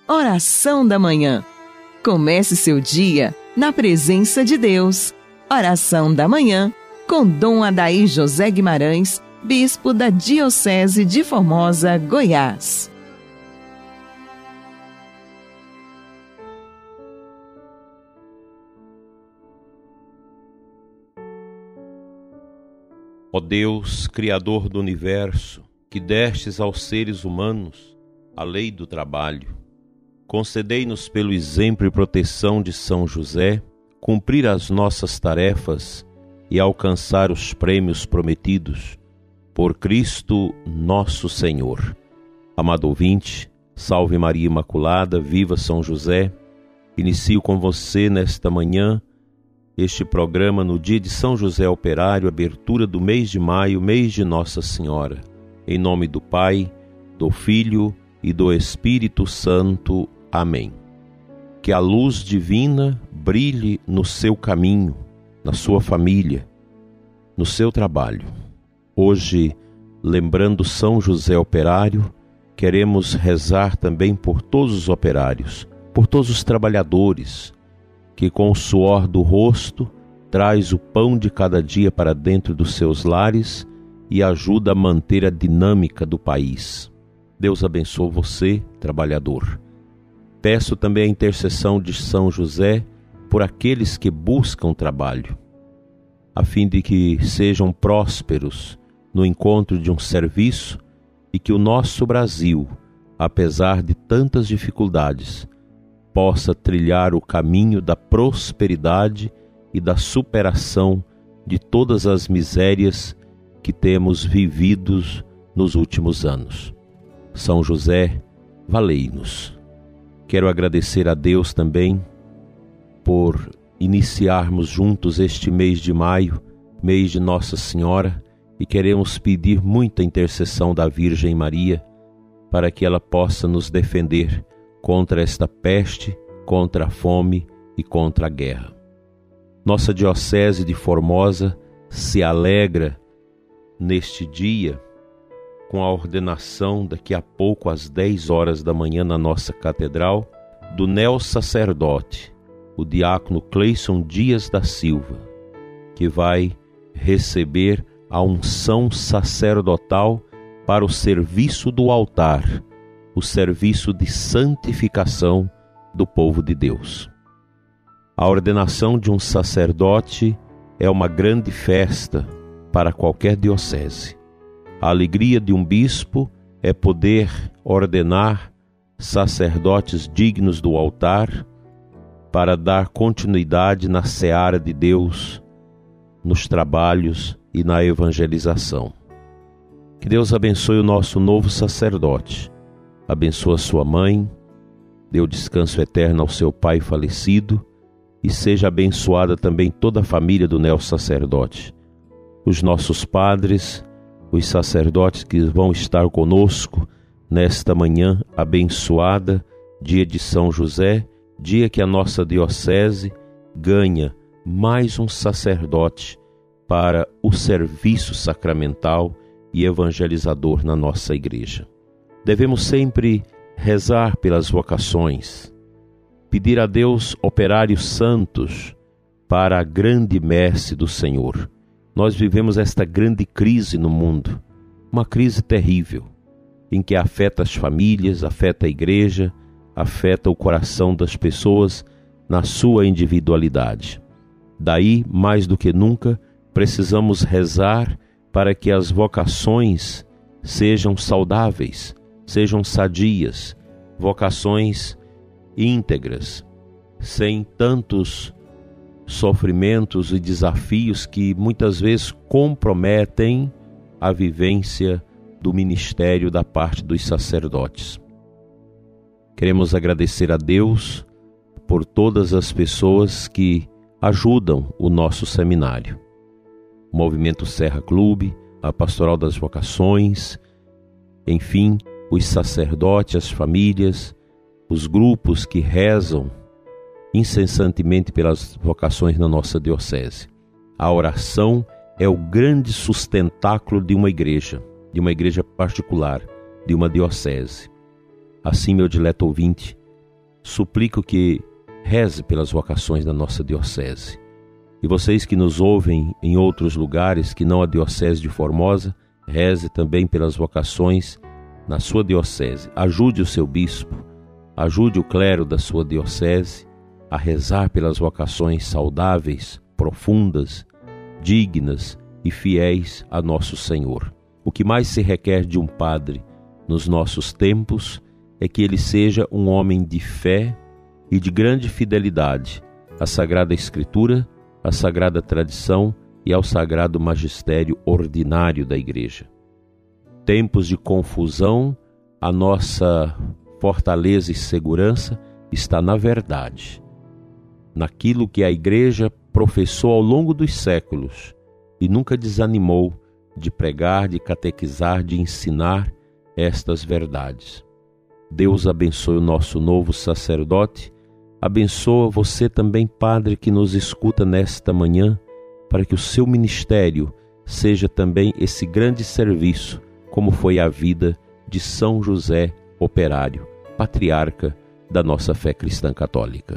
Oração da Manhã. Comece seu dia na presença de Deus. Oração da Manhã com Dom Adair José Guimarães, Bispo da Diocese de Formosa, Goiás. Ó Deus, Criador do Universo, que destes aos seres humanos a lei do trabalho, concedei-nos pelo exemplo e proteção de São José, cumprir as nossas tarefas e alcançar os prêmios prometidos por Cristo nosso Senhor. Amado ouvinte, salve Maria Imaculada, viva São José. Inicio com você nesta manhã este programa no dia de São José Operário, abertura do mês de maio, mês de Nossa Senhora. Em nome do Pai, do Filho e do Espírito Santo. Amém. Que a luz divina brilhe no seu caminho, na sua família, no seu trabalho. Hoje, lembrando São José Operário, queremos rezar também por todos os operários, por todos os trabalhadores, que com o suor do rosto traz o pão de cada dia para dentro dos seus lares e ajuda a manter a dinâmica do país. Deus abençoe você, trabalhador. Peço também a intercessão de São José por aqueles que buscam trabalho, a fim de que sejam prósperos no encontro de um serviço e que o nosso Brasil, apesar de tantas dificuldades, possa trilhar o caminho da prosperidade e da superação de todas as misérias que temos vividos nos últimos anos. São José, valei-nos. Quero agradecer a Deus também por iniciarmos juntos este mês de maio, mês de Nossa Senhora, e queremos pedir muita intercessão da Virgem Maria para que ela possa nos defender contra esta peste, contra a fome e contra a guerra. Nossa Diocese de Formosa se alegra neste dia com a ordenação daqui a pouco às 10 horas da manhã na nossa catedral do neo-sacerdote, o diácono Cleison Dias da Silva, que vai receber a unção sacerdotal para o serviço do altar, o serviço de santificação do povo de Deus. A ordenação de um sacerdote é uma grande festa para qualquer diocese. A alegria de um bispo é poder ordenar sacerdotes dignos do altar para dar continuidade na seara de Deus, nos trabalhos e na evangelização. Que Deus abençoe o nosso novo sacerdote. Abençoa sua mãe, dê o descanso eterno ao seu pai falecido e seja abençoada também toda a família do neo-sacerdote. Os nossos padres, os sacerdotes que vão estar conosco nesta manhã abençoada, dia de São José, dia que a nossa diocese ganha mais um sacerdote para o serviço sacramental e evangelizador na nossa igreja. Devemos sempre rezar pelas vocações, pedir a Deus operários santos para a grande messe do Senhor. Nós vivemos esta grande crise no mundo, uma crise terrível, em que afeta as famílias, afeta a igreja, afeta o coração das pessoas na sua individualidade. Daí, mais do que nunca, precisamos rezar para que as vocações sejam saudáveis, sejam sadias, vocações íntegras, sem tantos sofrimentos e desafios que muitas vezes comprometem a vivência do ministério da parte dos sacerdotes. Queremos agradecer a Deus por todas as pessoas que ajudam o nosso seminário. O Movimento Serra Clube, a Pastoral das Vocações, enfim, os sacerdotes, as famílias, os grupos que rezam incessantemente pelas vocações na nossa diocese. A oração é o grande sustentáculo de uma igreja particular, de uma diocese. Assim, meu dileto ouvinte, suplico que reze pelas vocações da nossa diocese. E vocês que nos ouvem em outros lugares que não a Diocese de Formosa, reze também pelas vocações na sua diocese. Ajude o seu bispo, ajude o clero da sua diocese a rezar pelas vocações saudáveis, profundas, dignas e fiéis a nosso Senhor. O que mais se requer de um padre nos nossos tempos é que ele seja um homem de fé e de grande fidelidade à Sagrada Escritura, à Sagrada Tradição e ao Sagrado Magistério ordinário da Igreja. Tempos de confusão, a nossa fortaleza e segurança está na verdade, naquilo que a Igreja professou ao longo dos séculos e nunca desanimou de pregar, de catequizar, de ensinar estas verdades. Deus abençoe o nosso novo sacerdote, abençoa você também, padre, que nos escuta nesta manhã, para que o seu ministério seja também esse grande serviço, como foi a vida de São José Operário, patriarca da nossa fé cristã católica.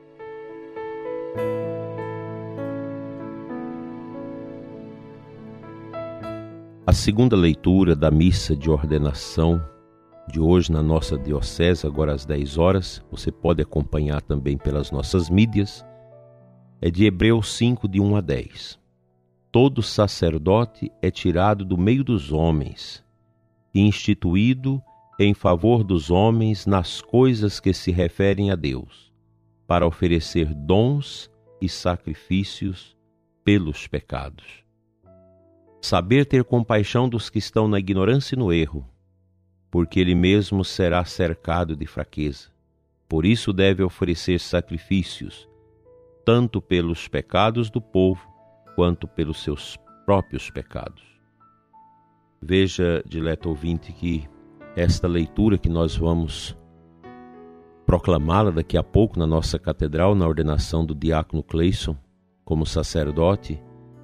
A segunda leitura da missa de ordenação de hoje na nossa diocese, agora às 10 horas, você pode acompanhar também pelas nossas mídias, é de Hebreus 5, de 1 a 10. Todo sacerdote é tirado do meio dos homens e instituído em favor dos homens nas coisas que se referem a Deus, para oferecer dons e sacrifícios pelos pecados. Saber ter compaixão dos que estão na ignorância e no erro, porque ele mesmo será cercado de fraqueza. Por isso deve oferecer sacrifícios, tanto pelos pecados do povo, quanto pelos seus próprios pecados. Veja, dileto ouvinte, que esta leitura que nós vamos proclamá-la daqui a pouco na nossa catedral, na ordenação do diácono Cleison como sacerdote,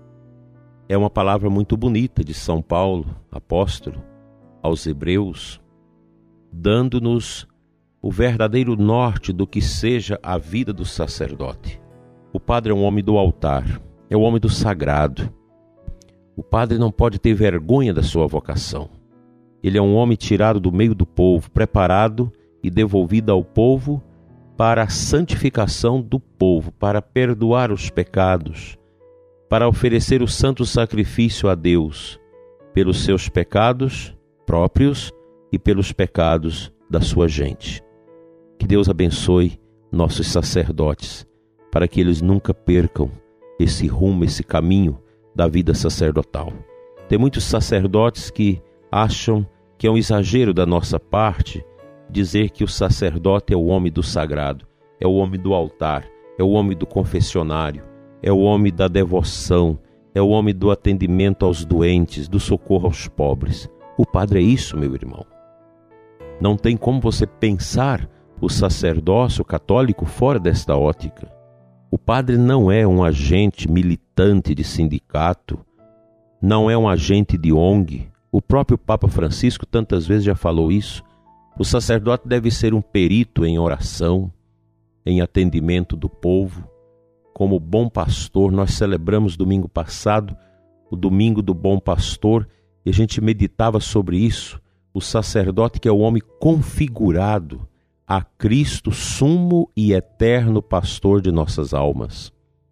é uma palavra muito bonita de São Paulo, apóstolo, aos Hebreus, dando-nos o verdadeiro norte do que seja a vida do sacerdote. O padre é um homem do altar, é o homem do sagrado. O padre não pode ter vergonha da sua vocação. Ele é um homem tirado do meio do povo, preparado e devolvido ao povo para a santificação do povo, para perdoar os pecados, para oferecer o santo sacrifício a Deus, pelos seus pecados próprios e pelos pecados da sua gente. Que Deus abençoe nossos sacerdotes, para que eles nunca percam esse rumo, esse caminho da vida sacerdotal. Tem muitos sacerdotes que acham que é um exagero da nossa parte dizer que o sacerdote é o homem do sagrado, é o homem do altar, é o homem do confessionário, é o homem da devoção, é o homem do atendimento aos doentes, do socorro aos pobres. O padre é isso, meu irmão. Não tem como você pensar o sacerdócio católico fora desta ótica. O padre não é um agente militante de sindicato, não é um agente de ONG. O próprio Papa Francisco tantas vezes já falou isso. O sacerdote deve ser um perito em oração, em atendimento do povo. Como bom pastor, nós celebramos domingo passado o domingo do bom pastor e a gente meditava sobre isso. O sacerdote que é o homem configurado a Cristo, sumo e eterno pastor de nossas almas.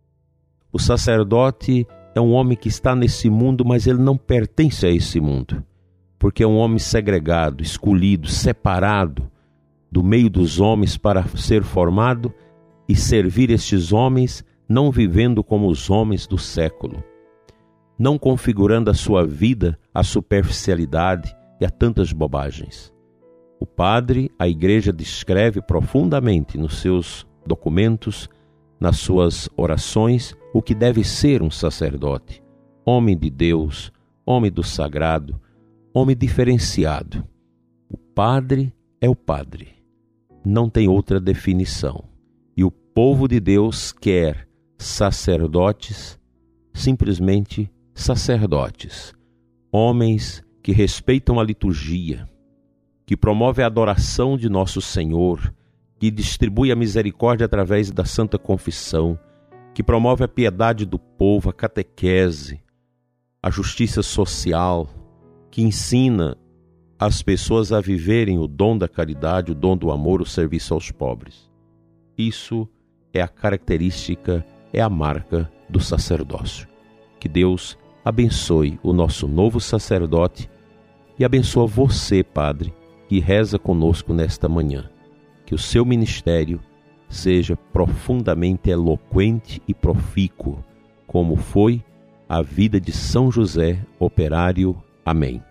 O sacerdote é um homem que está nesse mundo, mas ele não pertence a esse mundo, porque é um homem segregado, escolhido, separado do meio dos homens para ser formado e servir estes homens, não vivendo como os homens do século, não configurando a sua vida à superficialidade e a tantas bobagens. O padre, a Igreja descreve profundamente nos seus documentos, nas suas orações, o que deve ser um sacerdote, homem de Deus, homem do sagrado, homem diferenciado. O padre é o padre, não tem outra definição. E o povo de Deus quer sacerdotes, simplesmente sacerdotes, homens que respeitam a liturgia, que promovem a adoração de nosso Senhor, que distribui a misericórdia através da Santa Confissão, que promove a piedade do povo, a catequese, a justiça social, que ensina as pessoas a viverem o dom da caridade, o dom do amor, o serviço aos pobres. Isso é a característica, é a marca do sacerdócio. Que Deus abençoe o nosso novo sacerdote e abençoa você, Padre, que reza conosco nesta manhã. Que o seu ministério seja profundamente eloquente e profícuo, como foi a vida de São José, operário. Amém.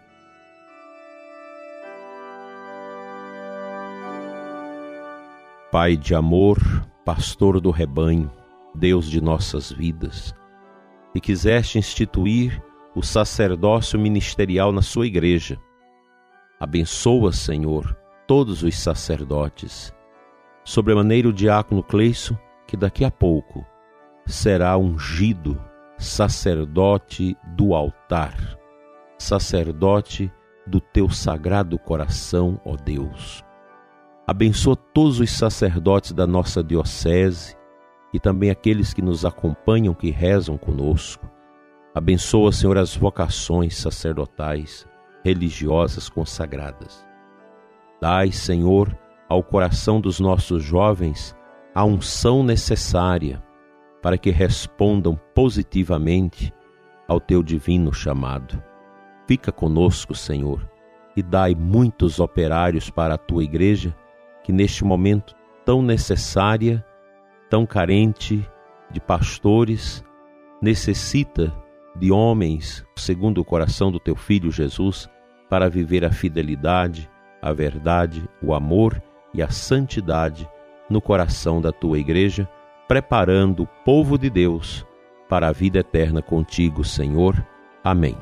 Pai de amor, pastor do rebanho, Deus de nossas vidas, e quiseste instituir o sacerdócio ministerial na sua igreja. Abençoa, Senhor, todos os sacerdotes, sobremaneira o diácono Cleison, que daqui a pouco será ungido sacerdote do altar, sacerdote do teu sagrado coração, ó Deus. Abençoa todos os sacerdotes da nossa diocese e também aqueles que nos acompanham, que rezam conosco. Abençoa, Senhor, as vocações sacerdotais, religiosas, consagradas. Dai, Senhor, ao coração dos nossos jovens a unção necessária para que respondam positivamente ao teu divino chamado. Fica conosco, Senhor, e dai muitos operários para a tua igreja, que neste momento tão necessária, tão carente de pastores, necessita de homens segundo o coração do teu Filho Jesus para viver a fidelidade, a verdade, o amor e a santidade no coração da tua igreja, preparando o povo de Deus para a vida eterna contigo, Senhor. Amém.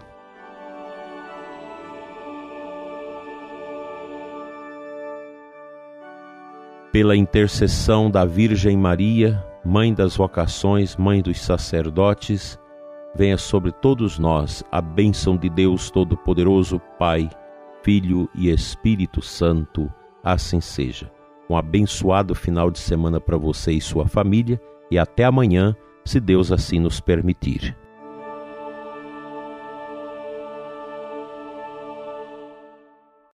Pela intercessão da Virgem Maria, Mãe das vocações, Mãe dos sacerdotes, venha sobre todos nós a bênção de Deus Todo-Poderoso, Pai, Filho e Espírito Santo. Assim seja. Um abençoado final de semana para você e sua família, e até amanhã, se Deus assim nos permitir.